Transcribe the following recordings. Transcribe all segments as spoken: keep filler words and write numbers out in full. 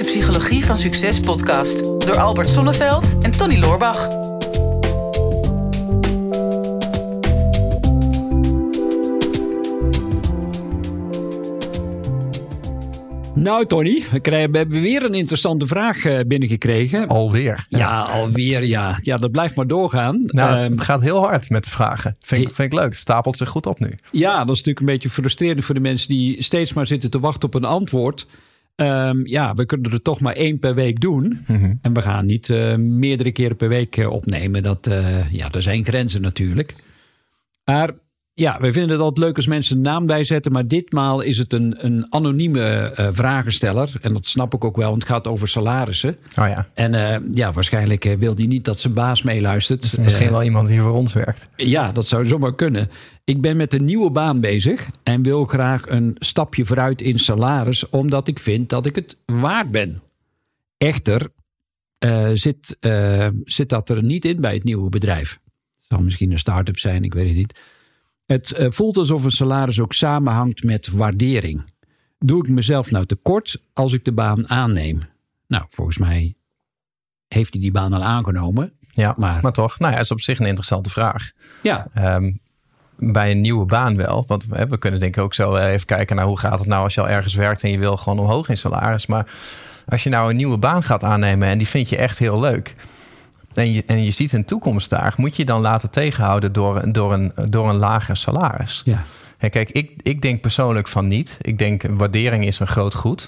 de Psychologie van Succes podcast door Albert Sonneveld en Tony Loorbach. Nou Tony, we, krijgen, we hebben weer een interessante vraag binnengekregen. Alweer? Ja, ja alweer ja. Ja, dat blijft maar doorgaan. Nou, um, het gaat heel hard met de vragen. Vind, ik, vind ik leuk. Het stapelt zich goed op nu. Ja, dat is natuurlijk een beetje frustrerend voor de mensen die steeds maar zitten te wachten op een antwoord. Um, ja, we kunnen er toch maar één per week doen. Mm-hmm. En we gaan niet uh, meerdere keren per week uh, opnemen. Dat, uh, ja, er zijn grenzen natuurlijk. Maar ja, we vinden het altijd leuk als mensen een naam bijzetten. Maar ditmaal is het een, een anonieme uh, vragensteller. En dat snap ik ook wel, want het gaat over salarissen. Oh ja. En uh, ja, waarschijnlijk uh, wil die niet dat zijn baas meeluistert. Dus misschien uh, wel iemand die voor ons werkt. Ja, dat zou zomaar kunnen. Ik ben met een nieuwe baan bezig en wil graag een stapje vooruit in salaris, omdat ik vind dat ik het waard ben. Echter uh, zit, uh, zit dat er niet in bij het nieuwe bedrijf. Het zal misschien een start-up zijn, ik weet het niet. Het uh, voelt alsof een salaris ook samenhangt met waardering. Doe ik mezelf nou tekort als ik de baan aanneem? Nou, volgens mij heeft hij die baan al aangenomen. Ja, maar, maar toch, nou ja, dat is op zich een interessante vraag. Ja. Um, bij een nieuwe baan wel. Want we, we kunnen denk ik ook zo even kijken naar hoe gaat het nou als je al ergens werkt en je wil gewoon omhoog in salaris. Maar als je nou een nieuwe baan gaat aannemen en die vind je echt heel leuk. En je, en je ziet een toekomst daar, moet je dan laten tegenhouden door, door, een, door een lager salaris. Ja. Ja, kijk, ik, ik denk persoonlijk van niet. Ik denk waardering is een groot goed.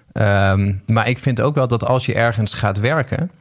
Um, maar ik vind ook wel dat als je ergens gaat werken,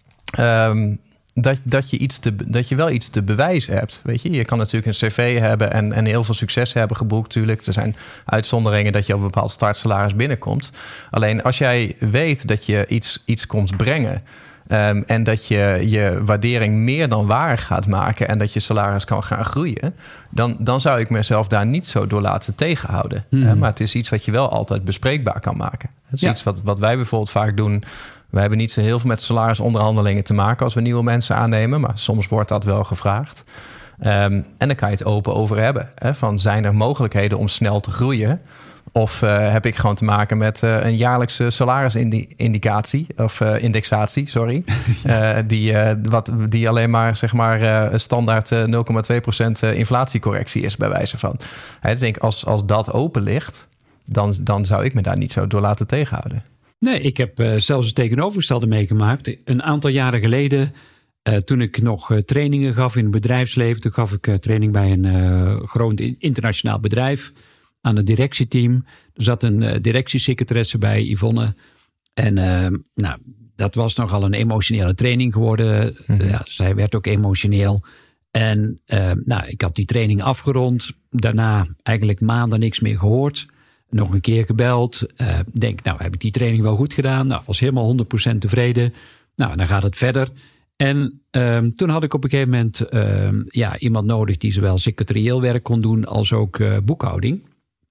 Um, Dat, dat, je iets te, dat je wel iets te bewijzen hebt. Weet je, je kan natuurlijk een cv hebben en, en heel veel succes hebben geboekt. Natuurlijk, er zijn uitzonderingen dat je op een bepaald startsalaris binnenkomt. Alleen als jij weet dat je iets, iets komt brengen um, en dat je je waardering meer dan waar gaat maken en dat je salaris kan gaan groeien, dan, dan zou ik mezelf daar niet zo door laten tegenhouden. Hmm. Uh, maar het is iets wat je wel altijd bespreekbaar kan maken. Het is ja. iets wat, wat wij bijvoorbeeld vaak doen. We hebben niet zo heel veel met salarisonderhandelingen te maken als we nieuwe mensen aannemen, maar soms wordt dat wel gevraagd. Um, en dan kan je het open over hebben. Hè, van zijn er mogelijkheden om snel te groeien? Of uh, heb ik gewoon te maken met uh, een jaarlijkse salarisindicatie of uh, indexatie, sorry, ja. uh, die, uh, wat, die alleen maar zeg maar uh, standaard uh, nul komma twee procent inflatiecorrectie is bij wijze van. Hè, dus denk ik, als, als dat open ligt, dan, dan zou ik me daar niet zo door laten tegenhouden. Nee, ik heb uh, zelfs het tegenovergestelde meegemaakt. Een aantal jaren geleden, uh, toen ik nog uh, trainingen gaf in het bedrijfsleven. Toen gaf ik uh, training bij een uh, groot internationaal bedrijf aan het directieteam. Er zat een uh, directiesecretaresse bij, Yvonne. En uh, nou, dat was nogal een emotionele training geworden. Mm-hmm. Ja, zij werd ook emotioneel. En uh, nou, ik had die training afgerond. Daarna eigenlijk maanden niks meer gehoord. Nog een keer gebeld. Uh, denk, nou heb ik die training wel goed gedaan. Nou, was helemaal honderd procent tevreden. Nou, dan gaat het verder. En um, toen had ik op een gegeven moment um, ja, iemand nodig die zowel secretarieel werk kon doen als ook uh, boekhouding.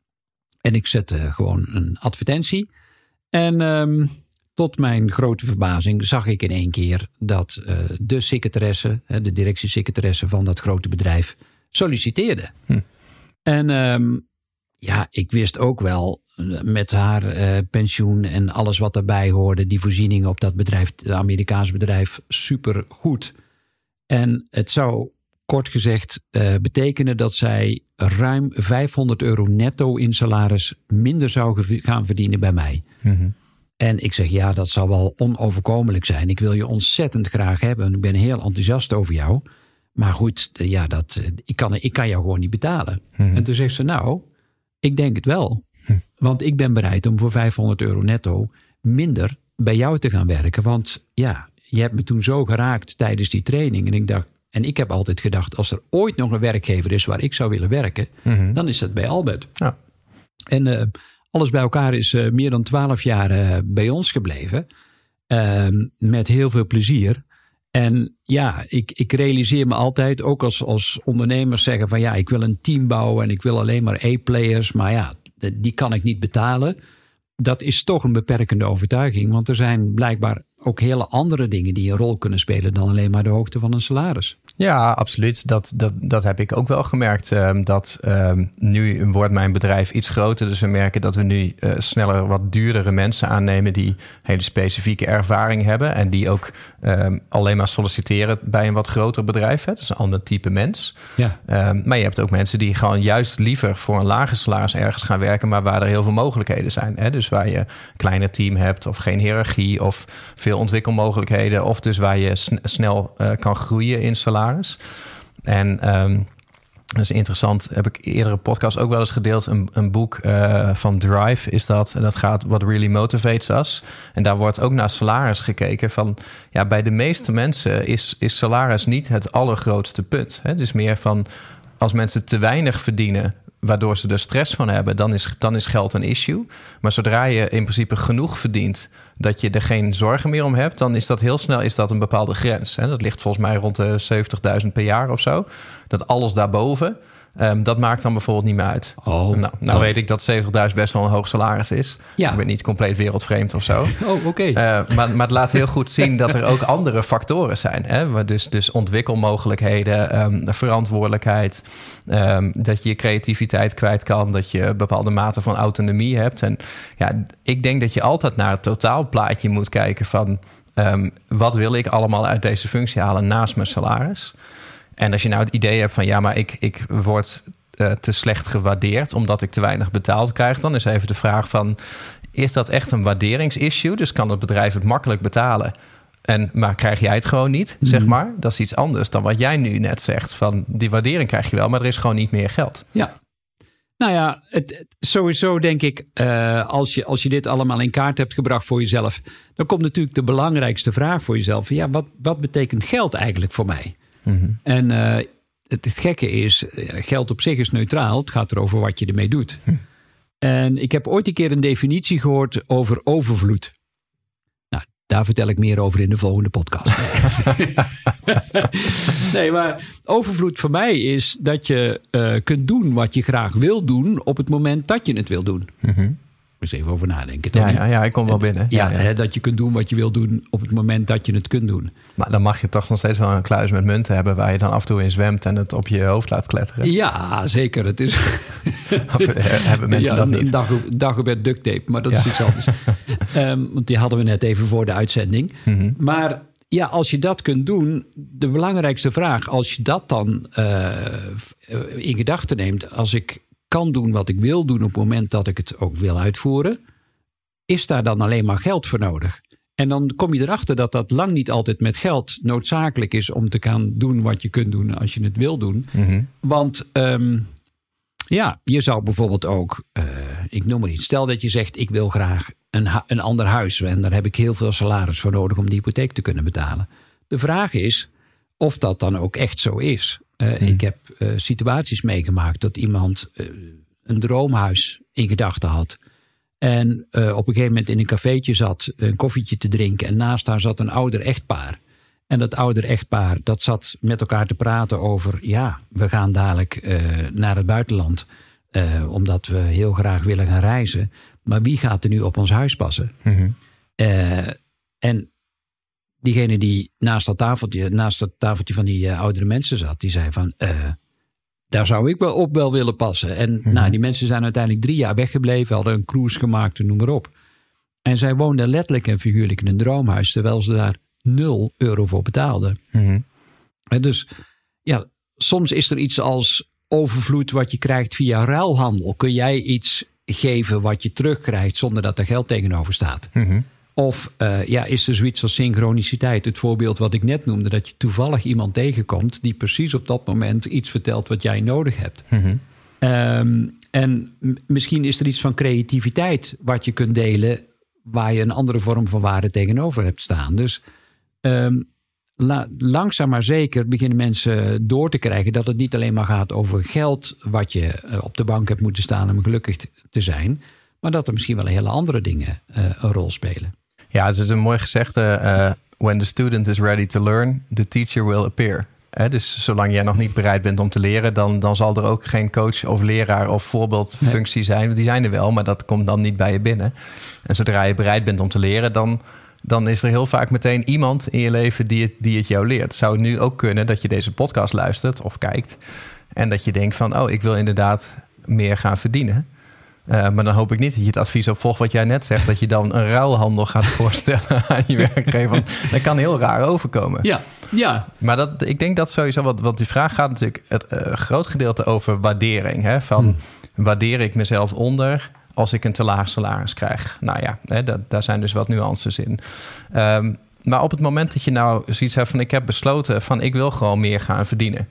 En ik zette gewoon een advertentie. En um, tot mijn grote verbazing zag ik in één keer dat uh, de secretaresse, de directiesecretaresse van dat grote bedrijf, solliciteerde. Hm. En um, ja, ik wist ook wel met haar uh, pensioen en alles wat daarbij hoorde, die voorzieningen op dat bedrijf, het Amerikaanse bedrijf, super goed. En het zou kort gezegd uh, betekenen dat zij ruim vijfhonderd euro netto in salaris minder zou ge- gaan verdienen bij mij. Mm-hmm. En ik zeg, ja, dat zal wel onoverkomelijk zijn. Ik wil je ontzettend graag hebben. Ik ben heel enthousiast over jou. Maar goed, ja, dat, ik, kan, ik kan jou gewoon niet betalen. Mm-hmm. En toen zegt ze, nou, ik denk het wel. Hm. Want ik ben bereid om voor vijfhonderd euro netto minder bij jou te gaan werken. Want ja, je hebt me toen zo geraakt tijdens die training. En ik dacht, en ik heb altijd gedacht, als er ooit nog een werkgever is waar ik zou willen werken, mm-hmm. dan is dat bij Albert. Ja. En uh, alles bij elkaar is uh, meer dan twaalf jaar uh, bij ons gebleven. Uh, met heel veel plezier. En ja, ik, ik realiseer me altijd, ook als, als ondernemers zeggen van ja, ik wil een team bouwen en ik wil alleen maar A-players. Maar ja, die kan ik niet betalen. Dat is toch een beperkende overtuiging. Want er zijn blijkbaar ook hele andere dingen die een rol kunnen spelen dan alleen maar de hoogte van een salaris. Ja, absoluut. Dat, dat, dat heb ik ook wel gemerkt. Um, dat um, nu wordt mijn bedrijf iets groter. Dus we merken dat we nu uh, sneller wat duurdere mensen aannemen die hele specifieke ervaring hebben. En die ook um, alleen maar solliciteren bij een wat groter bedrijf. Hè? Dus een ander type mens. Ja. Um, maar je hebt ook mensen die gewoon juist liever voor een lager salaris ergens gaan werken, maar waar er heel veel mogelijkheden zijn. Hè? Dus waar je een kleiner team hebt of geen hiërarchie of veel ontwikkelmogelijkheden. Of dus waar je sn- snel uh, kan groeien in salaris. En um, dat is interessant, heb ik eerdere podcast ook wel eens gedeeld. Een, een boek uh, van Drive is dat. En dat gaat What Really Motivates Us. En daar wordt ook naar salaris gekeken. Van, ja, bij de meeste mensen is, is salaris niet het allergrootste punt. Hè? Het is meer van, als mensen te weinig verdienen, waardoor ze er stress van hebben, dan is, dan is geld een issue. Maar zodra je in principe genoeg verdient, dat je er geen zorgen meer om hebt, dan is dat heel snel is dat een bepaalde grens. Hè? Dat ligt volgens mij rond de zeventigduizend per jaar of zo. Dat alles daarboven, um, dat maakt dan bijvoorbeeld niet meer uit. Oh, nou nou oh. weet ik dat zeventigduizend best wel een hoog salaris is. Ja. Ik ben niet compleet wereldvreemd of zo. Oh, oké. Okay. Uh, maar, maar het laat heel goed zien dat er ook andere factoren zijn. Hè? Dus, dus ontwikkelmogelijkheden, um, verantwoordelijkheid, um, dat je je creativiteit kwijt kan, dat je een bepaalde mate van autonomie hebt. En ja, ik denk dat je altijd naar het totaalplaatje moet kijken van um, wat wil ik allemaal uit deze functie halen naast mijn salaris. En als je nou het idee hebt van ja, maar ik, ik word uh, te slecht gewaardeerd omdat ik te weinig betaald krijg, dan is even de vraag van, is dat echt een waarderingsissue? Dus kan het bedrijf het makkelijk betalen, en, maar krijg jij het gewoon niet, mm. zeg maar? Dat is iets anders dan wat jij nu net zegt. Van die waardering krijg je wel, maar er is gewoon niet meer geld. Ja. Nou ja, het, het, sowieso denk ik, uh, als, je, als je dit allemaal in kaart hebt gebracht voor jezelf, dan komt natuurlijk de belangrijkste vraag voor jezelf. Ja, wat, wat betekent geld eigenlijk voor mij? Mm-hmm. En uh, het, het gekke is, geld op zich is neutraal. Het gaat erover wat je ermee doet. Hm. En ik heb ooit een keer een definitie gehoord over overvloed. Nou, daar vertel ik meer over in de volgende podcast. Nee, maar overvloed voor mij is dat je uh, kunt doen wat je graag wil doen op het moment dat je het wil doen. Mm-hmm. Eens even over nadenken. Ja, ja, ja, ik kom wel binnen. Ja, ja, ja. Hè, dat je kunt doen wat je wil doen op het moment dat je het kunt doen. Maar dan mag je toch nog steeds wel een kluis met munten hebben waar je dan af en toe in zwemt en het op je hoofd laat kletteren. Ja, zeker. Het is... Of hebben mensen ja, dat niet? Een dag, Dagobert duct tape, maar dat ja. is iets anders. um, want die hadden we net even voor de uitzending. Mm-hmm. Maar ja, als je dat kunt doen, de belangrijkste vraag, als je dat dan uh, in gedachten neemt, als ik kan doen wat ik wil doen op het moment dat ik het ook wil uitvoeren, is daar dan alleen maar geld voor nodig? En dan kom je erachter dat dat lang niet altijd met geld noodzakelijk is om te gaan doen wat je kunt doen als je het wil doen. Mm-hmm. Want um, ja, je zou bijvoorbeeld ook, uh, ik noem maar iets, stel dat je zegt ik wil graag een, hu- een ander huis en daar heb ik heel veel salaris voor nodig om die hypotheek te kunnen betalen. De vraag is of dat dan ook echt zo is. Uh, hmm. Ik heb uh, situaties meegemaakt dat iemand uh, een droomhuis in gedachten had. En uh, op een gegeven moment in een cafeetje zat, een koffietje te drinken. En naast haar zat een ouder echtpaar. En dat ouder echtpaar, dat zat met elkaar te praten over, ja, we gaan dadelijk uh, naar het buitenland. Uh, omdat we heel graag willen gaan reizen. Maar wie gaat er nu op ons huis passen? Mm-hmm. Uh, en diegene die naast dat tafeltje, naast dat tafeltje van die uh, oudere mensen zat, die zei van, uh, daar zou ik wel op wel willen passen. En mm-hmm. nou, die mensen zijn uiteindelijk drie jaar weggebleven, hadden een cruise gemaakt en noem maar op. En zij woonden letterlijk en figuurlijk in een droomhuis, terwijl ze daar nul euro voor betaalden. Mm-hmm. En dus, ja, soms is er iets als overvloed wat je krijgt via ruilhandel. Kun jij iets geven wat je terugkrijgt zonder dat er geld tegenover staat? Mm-hmm. Of uh, ja, is er zoiets als synchroniciteit? Het voorbeeld wat ik net noemde, dat je toevallig iemand tegenkomt die precies op dat moment iets vertelt wat jij nodig hebt. Mm-hmm. Um, en m- misschien is er iets van creativiteit wat je kunt delen, waar je een andere vorm van waarde tegenover hebt staan. Dus um, la- langzaam maar zeker beginnen mensen door te krijgen dat het niet alleen maar gaat over geld wat je uh, op de bank hebt moeten staan om gelukkig te zijn, maar dat er misschien wel hele andere dingen uh, een rol spelen. Ja, het is een mooi gezegde. Uh, when the student is ready to learn, the teacher will appear. He, dus zolang jij nog niet bereid bent om te leren, dan, dan zal er ook geen coach of leraar of voorbeeldfunctie zijn. Die zijn er wel, maar dat komt dan niet bij je binnen. En zodra je bereid bent om te leren, dan dan is er heel vaak meteen iemand in je leven die het, die het jou leert. Zou het nu ook kunnen dat je deze podcast luistert of kijkt en dat je denkt van, oh, ik wil inderdaad meer gaan verdienen. Uh, maar dan hoop ik niet dat je het advies opvolgt wat jij net zegt, dat je dan een ruilhandel gaat voorstellen aan je werkgever. Want dat kan heel raar overkomen. Ja, ja. Maar dat, ik denk dat sowieso, wat, want die vraag gaat natuurlijk het uh, groot gedeelte over waardering. Hè? Van, hmm. waardeer ik mezelf onder als ik een te laag salaris krijg? Nou ja, hè, dat, daar zijn dus wat nuances in. Um, maar op het moment dat je nou zoiets hebt van, ik heb besloten van, ik wil gewoon meer gaan verdienen.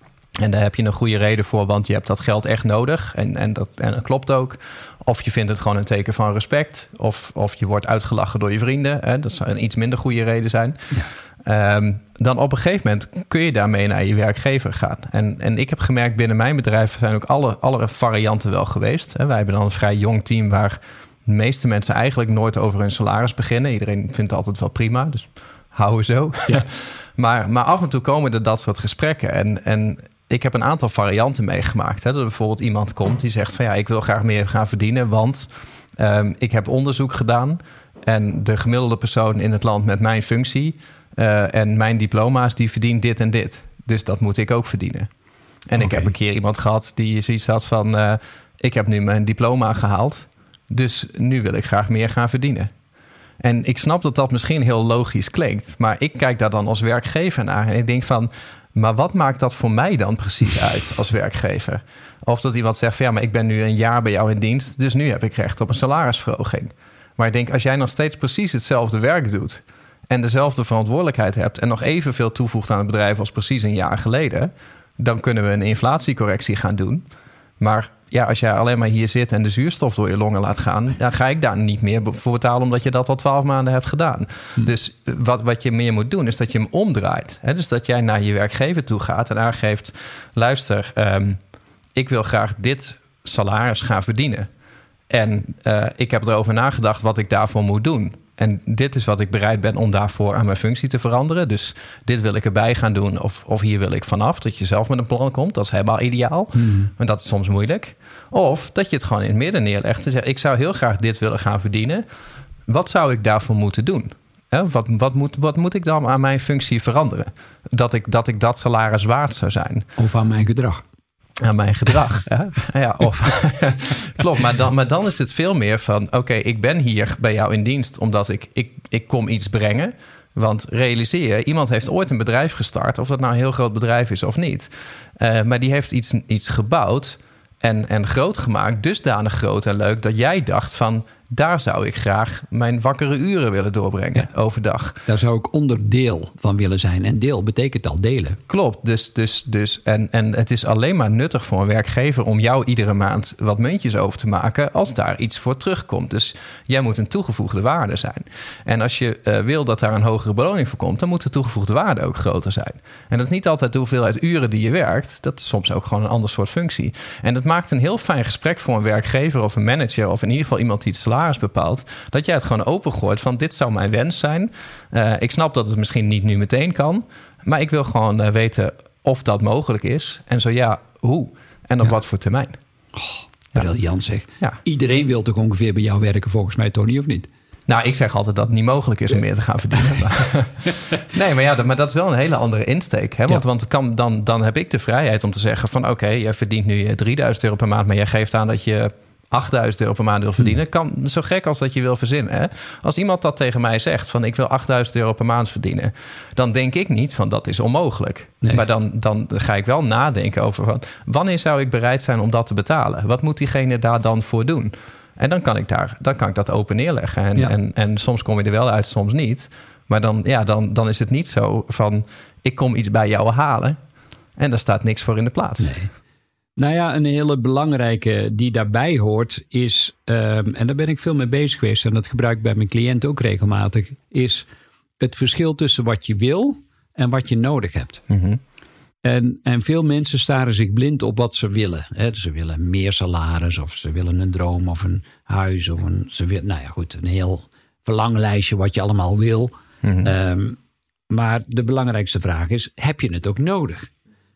En daar heb je een goede reden voor, want je hebt dat geld echt nodig. En, en, dat, en dat klopt ook. Of je vindt het gewoon een teken van respect. Of, of je wordt uitgelachen door je vrienden. Hè? Dat zou een iets minder goede reden zijn. Ja. Um, dan op een gegeven moment kun je daarmee naar je werkgever gaan. En, en ik heb gemerkt, binnen mijn bedrijf zijn ook alle, alle varianten wel geweest. Hè? Wij hebben dan een vrij jong team waar de meeste mensen eigenlijk nooit over hun salaris beginnen. Iedereen vindt het altijd wel prima, dus houden zo. Ja. maar, maar af en toe komen er dat soort gesprekken. En... en ik heb een aantal varianten meegemaakt. Hè? Dat er bijvoorbeeld iemand komt die zegt van, ja, ik wil graag meer gaan verdienen, want um, ik heb onderzoek gedaan en de gemiddelde persoon in het land met mijn functie uh, en mijn diploma's, die verdient dit en dit. Dus dat moet ik ook verdienen. En okay. Ik heb een keer iemand gehad die zoiets had van, uh, ik heb nu mijn diploma gehaald, dus nu wil ik graag meer gaan verdienen. En ik snap dat dat misschien heel logisch klinkt, maar ik kijk daar dan als werkgever naar en ik denk van, maar wat maakt dat voor mij dan precies uit als werkgever? Of dat iemand zegt van, ja, maar ik ben nu een jaar bij jou in dienst, dus nu heb ik recht op een salarisverhoging. Maar ik denk, als jij nog steeds precies hetzelfde werk doet en dezelfde verantwoordelijkheid hebt en nog evenveel toevoegt aan het bedrijf als precies een jaar geleden, dan kunnen we een inflatiecorrectie gaan doen. Maar ja, als jij alleen maar hier zit en de zuurstof door je longen laat gaan, dan ga ik daar niet meer voor betalen, omdat je dat al twaalf maanden hebt gedaan. Hm. Dus wat, wat je meer moet doen, is dat je hem omdraait. Hè? Dus dat jij naar je werkgever toe gaat en aangeeft, luister, um, ik wil graag dit salaris gaan verdienen. En uh, ik heb erover nagedacht wat ik daarvoor moet doen. En dit is wat ik bereid ben om daarvoor aan mijn functie te veranderen. Dus dit wil ik erbij gaan doen of, of hier wil ik vanaf. Dat je zelf met een plan komt, dat is helemaal ideaal. Mm. Maar dat is soms moeilijk. Of dat je het gewoon in het midden neerlegt en zegt, ik zou heel graag dit willen gaan verdienen. Wat zou ik daarvoor moeten doen? Hè? Wat, wat, moet, wat moet ik dan aan mijn functie veranderen? Dat ik, dat ik dat salaris waard zou zijn. Of aan mijn gedrag. Aan mijn gedrag. ja? Ja, of, klopt, maar dan, maar dan is het veel meer van, oké, okay, ik ben hier bij jou in dienst omdat ik, ik, ik kom iets brengen. Want realiseer je, iemand heeft ooit een bedrijf gestart, of dat nou een heel groot bedrijf is of niet. Uh, maar die heeft iets, iets gebouwd en, en groot gemaakt, dusdanig groot en leuk, dat jij dacht van, daar zou ik graag mijn wakkere uren willen doorbrengen ja. overdag. Daar zou ik onderdeel van willen zijn. En deel betekent al delen. Klopt. Dus, dus, dus, en, en het is alleen maar nuttig voor een werkgever om jou iedere maand wat muntjes over te maken als daar iets voor terugkomt. Dus jij moet een toegevoegde waarde zijn. En als je uh, wil dat daar een hogere beloning voor komt, dan moet de toegevoegde waarde ook groter zijn. En dat is niet altijd de hoeveelheid uren die je werkt. Dat is soms ook gewoon een ander soort functie. En dat maakt een heel fijn gesprek voor een werkgever of een manager of in ieder geval iemand die het salaris bepaalt, dat jij het gewoon opengooit van, dit zou mijn wens zijn. Uh, ik snap dat het misschien niet nu meteen kan, maar ik wil gewoon uh, weten of dat mogelijk is. En zo ja, hoe? En op ja. wat voor termijn? Oh, briljant zeg. Ja. Iedereen wil toch ongeveer bij jou werken volgens mij, Tony, of niet? Nou, ik zeg altijd dat het niet mogelijk is om meer te gaan verdienen. Maar, nee, maar ja, dat, maar dat is wel een hele andere insteek. Hè? Want, ja. want kan, dan, dan heb ik de vrijheid om te zeggen van, oké, okay, jij verdient nu drieduizend euro per maand, maar jij geeft aan dat je achtduizend euro per maand wil verdienen. Kan zo gek als dat je wil verzinnen. Hè? Als iemand dat tegen mij zegt van, ik wil achtduizend euro per maand verdienen, dan denk ik niet van, dat is onmogelijk. Nee. Maar dan, dan ga ik wel nadenken over van, wanneer zou ik bereid zijn om dat te betalen? Wat moet diegene daar dan voor doen? En dan kan ik, daar, dan kan ik dat open neerleggen. En, ja. en, en soms kom je er wel uit, soms niet. Maar dan, ja, dan, dan is het niet zo van, ik kom iets bij jou halen en daar staat niks voor in de plaats. Nee. Nou ja, een hele belangrijke die daarbij hoort is, um, en daar ben ik veel mee bezig geweest en dat gebruik ik bij mijn cliënten ook regelmatig, is het verschil tussen wat je wil en wat je nodig hebt. Mm-hmm. En, en veel mensen staren zich blind op wat ze willen. He, ze willen meer salaris of ze willen een droom of een huis. Of een, ze willen, nou ja goed, een heel verlanglijstje wat je allemaal wil. Mm-hmm. Um, maar de belangrijkste vraag is, heb je het ook nodig?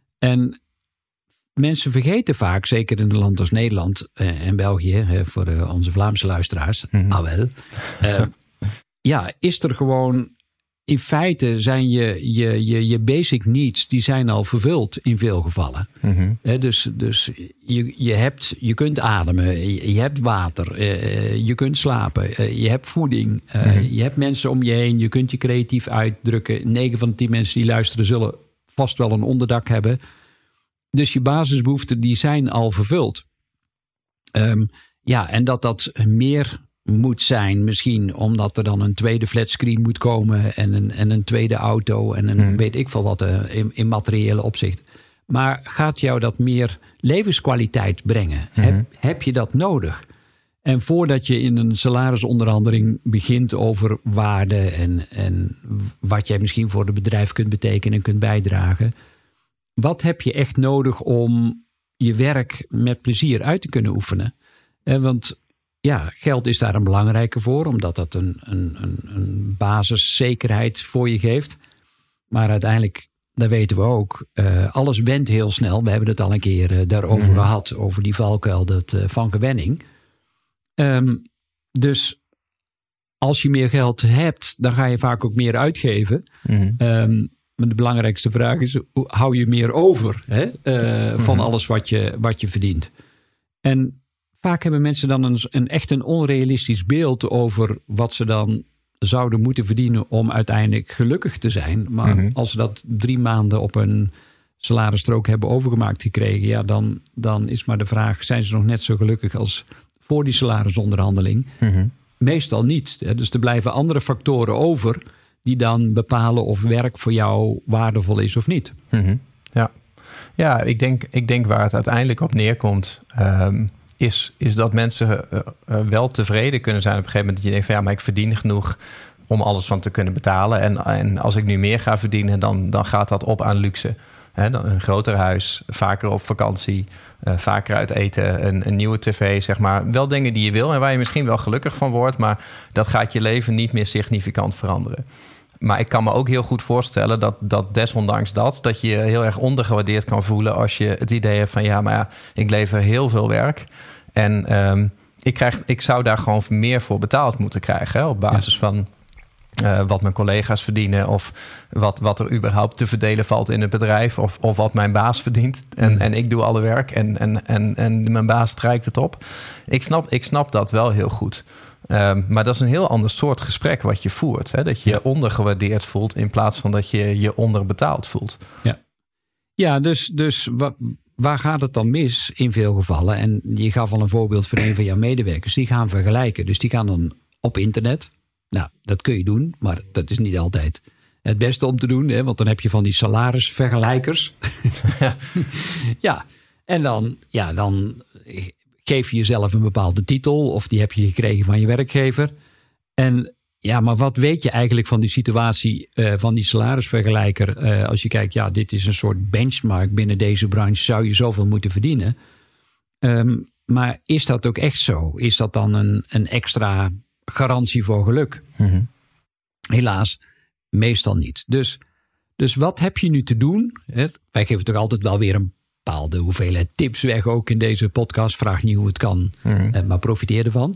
En mensen vergeten vaak, zeker in een land als Nederland uh, en België, uh, voor uh, onze Vlaamse luisteraars, mm-hmm. ah wel, uh, ja, is er gewoon... In feite zijn je, je, je, je basic needs, die zijn al vervuld in veel gevallen. Mm-hmm. He, dus dus je, je, hebt, je kunt ademen, je, je hebt water, uh, je kunt slapen, uh, je hebt voeding, uh, mm-hmm. je hebt mensen om je heen, je kunt je creatief uitdrukken. negen van de tien mensen die luisteren zullen vast wel een onderdak hebben. Dus je basisbehoeften, die zijn al vervuld. Um, ja, en dat dat meer moet zijn, misschien omdat er dan een tweede flatscreen moet komen en een, en een tweede auto en een hmm. weet ik veel wat uh, in, in materiële opzicht. Maar gaat jou dat meer levenskwaliteit brengen? Hmm. Heb, heb je dat nodig? En voordat je in een salarisonderhandeling begint over waarde en, en wat jij misschien voor het bedrijf kunt betekenen en kunt bijdragen, wat heb je echt nodig om je werk met plezier uit te kunnen oefenen? En want ja, geld is daar een belangrijke voor, omdat dat een, een, een, een basiszekerheid voor je geeft. Maar uiteindelijk, dat weten we ook, uh, alles went heel snel. We hebben het al een keer uh, daarover mm-hmm. gehad, over die valkuil dat, uh, van gewenning. Um, dus als je meer geld hebt, dan ga je vaak ook meer uitgeven. Mm-hmm. Um, maar de belangrijkste vraag is, hoe hou je meer over hè? Uh, mm-hmm. van alles wat je, wat je verdient? En vaak hebben mensen dan een, een echt een onrealistisch beeld over wat ze dan zouden moeten verdienen om uiteindelijk gelukkig te zijn. Maar mm-hmm. als ze dat drie maanden op een salarisstrook hebben overgemaakt gekregen, ja, dan, dan is maar de vraag, zijn ze nog net zo gelukkig als voor die salarisonderhandeling? Mm-hmm. Meestal niet. Hè? Dus er blijven andere factoren over die dan bepalen of werk voor jou waardevol is of niet. Mm-hmm. Ja, ja ik, denk, ik denk waar het uiteindelijk op neerkomt, Um... Is, is dat mensen uh, uh, wel tevreden kunnen zijn op een gegeven moment. Dat je denkt van ja, maar ik verdien genoeg om alles van te kunnen betalen. En, en als ik nu meer ga verdienen, dan, dan gaat dat op aan luxe. He, dan een groter huis, vaker op vakantie, uh, vaker uit eten, een, een nieuwe tv, zeg maar. Wel dingen die je wil en waar je misschien wel gelukkig van wordt, maar dat gaat je leven niet meer significant veranderen. Maar ik kan me ook heel goed voorstellen dat, dat desondanks dat... dat je je heel erg ondergewaardeerd kan voelen als je het idee hebt van ja, maar ja, ik lever heel veel werk. En um, ik, krijg, ik zou daar gewoon meer voor betaald moeten krijgen. Hè, op basis ja. van uh, wat mijn collega's verdienen of wat, wat er überhaupt te verdelen valt in het bedrijf. Of, of wat mijn baas verdient. En, mm. en ik doe alle werk en, en, en, en mijn baas strijkt het op. Ik snap, ik snap dat wel heel goed. Um, maar dat is een heel ander soort gesprek wat je voert. Hè? Dat je je ja. ondergewaardeerd voelt in plaats van dat je je onderbetaald voelt. Ja, ja dus, dus wa- waar gaat het dan mis in veel gevallen? En je gaf al een voorbeeld van een van jouw medewerkers. Die gaan vergelijken. Dus die gaan dan op internet. Nou, dat kun je doen, maar dat is niet altijd het beste om te doen. Hè? Want dan heb je van die salarisvergelijkers. Ja. ja, en dan... Ja, dan geef je jezelf een bepaalde titel of die heb je gekregen van je werkgever. En ja, maar wat weet je eigenlijk van die situatie uh, van die salarisvergelijker? Uh, als je kijkt, ja, dit is een soort benchmark binnen deze branche, zou je zoveel moeten verdienen. Um, maar is dat ook echt zo? Is dat dan een, een extra garantie voor geluk? Mm-hmm. Helaas, meestal niet. Dus, dus wat heb je nu te doen? Hè? Wij geven toch altijd wel weer een bepaalde hoeveelheid tips weg ook in deze podcast. Vraag niet hoe het kan, mm. maar profiteer ervan.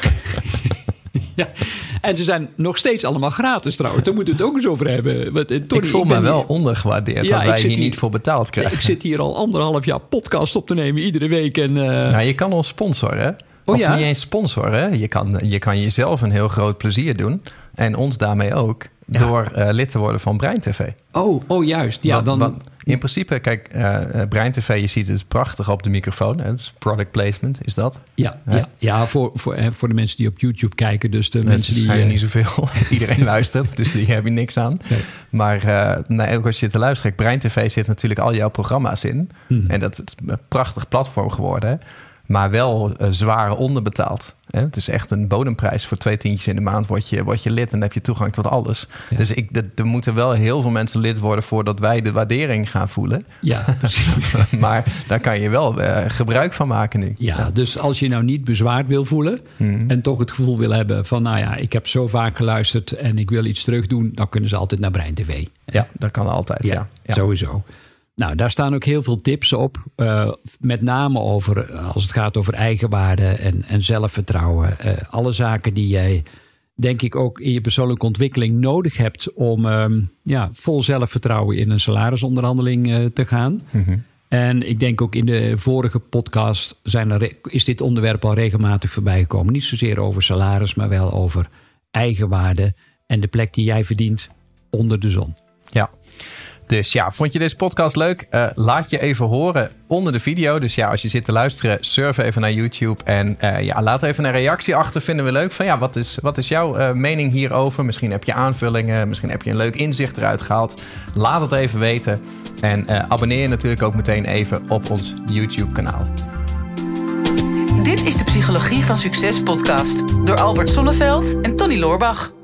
Ja. En ze zijn nog steeds allemaal gratis trouwens. Daar moeten we het ook eens over hebben. Want, Tony, ik voel ik me wel hier ondergewaardeerd ja, dat wij hier, hier niet voor betaald krijgen. Ik zit hier al anderhalf jaar podcast op te nemen iedere week. En, uh... nou, je kan ons sponsoren, hè? Oh, of ja? niet eens sponsoren. Je kan, je kan jezelf een heel groot plezier doen. En ons daarmee ook. Ja. Door uh, lid te worden van Brein T V. Oh, oh juist. Ja, wat, dan... wat, in principe, kijk, uh, Brein T V, je ziet het prachtig op de microfoon. Het is product placement, is dat? Ja, ja. ja voor, voor, voor de mensen die op YouTube kijken. Dus de mensen, mensen die... zijn er niet zoveel. Iedereen luistert, dus die hebben je niks aan. Nee. Maar uh, nou, ook als je zit te luisteren, Brein T V zit natuurlijk al jouw programma's in. Hmm. En dat is een prachtig platform geworden, hè? Maar wel uh, zwaar onderbetaald. Hè? Het is echt een bodemprijs. Voor twee tientjes in de maand word je, word je lid en dan heb je toegang tot alles. Ja. Dus ik, de, er moeten wel heel veel mensen lid worden voordat wij de waardering gaan voelen. Ja, maar daar kan je wel uh, gebruik van maken nu. Ja, ja, dus als je nou niet bezwaard wil voelen hmm. en toch het gevoel wil hebben van nou ja, ik heb zo vaak geluisterd en ik wil iets terug doen, dan kunnen ze altijd naar Brein T V. Ja, dat kan altijd. Ja, ja. ja. Sowieso. Nou, daar staan ook heel veel tips op. Uh, met name over, als het gaat over eigenwaarde en, en zelfvertrouwen. Uh, alle zaken die jij denk ik ook in je persoonlijke ontwikkeling nodig hebt om um, ja, vol zelfvertrouwen in een salarisonderhandeling uh, te gaan. Mm-hmm. En ik denk ook in de vorige podcast zijn er, is dit onderwerp al regelmatig voorbij gekomen. Niet zozeer over salaris, maar wel over eigenwaarde en de plek die jij verdient onder de zon. Ja. Dus ja, vond je deze podcast leuk? Uh, laat je even horen onder de video. Dus ja, als je zit te luisteren, surf even naar YouTube. En uh, ja, laat even een reactie achter. Vinden we leuk. Van ja, wat is, wat is jouw uh, mening hierover? Misschien heb je aanvullingen. Misschien heb je een leuk inzicht eruit gehaald. Laat het even weten. En uh, abonneer je natuurlijk ook meteen even op ons YouTube kanaal. Dit is de Psychologie van Succes podcast. Door Albert Sonneveld en Tony Loorbach.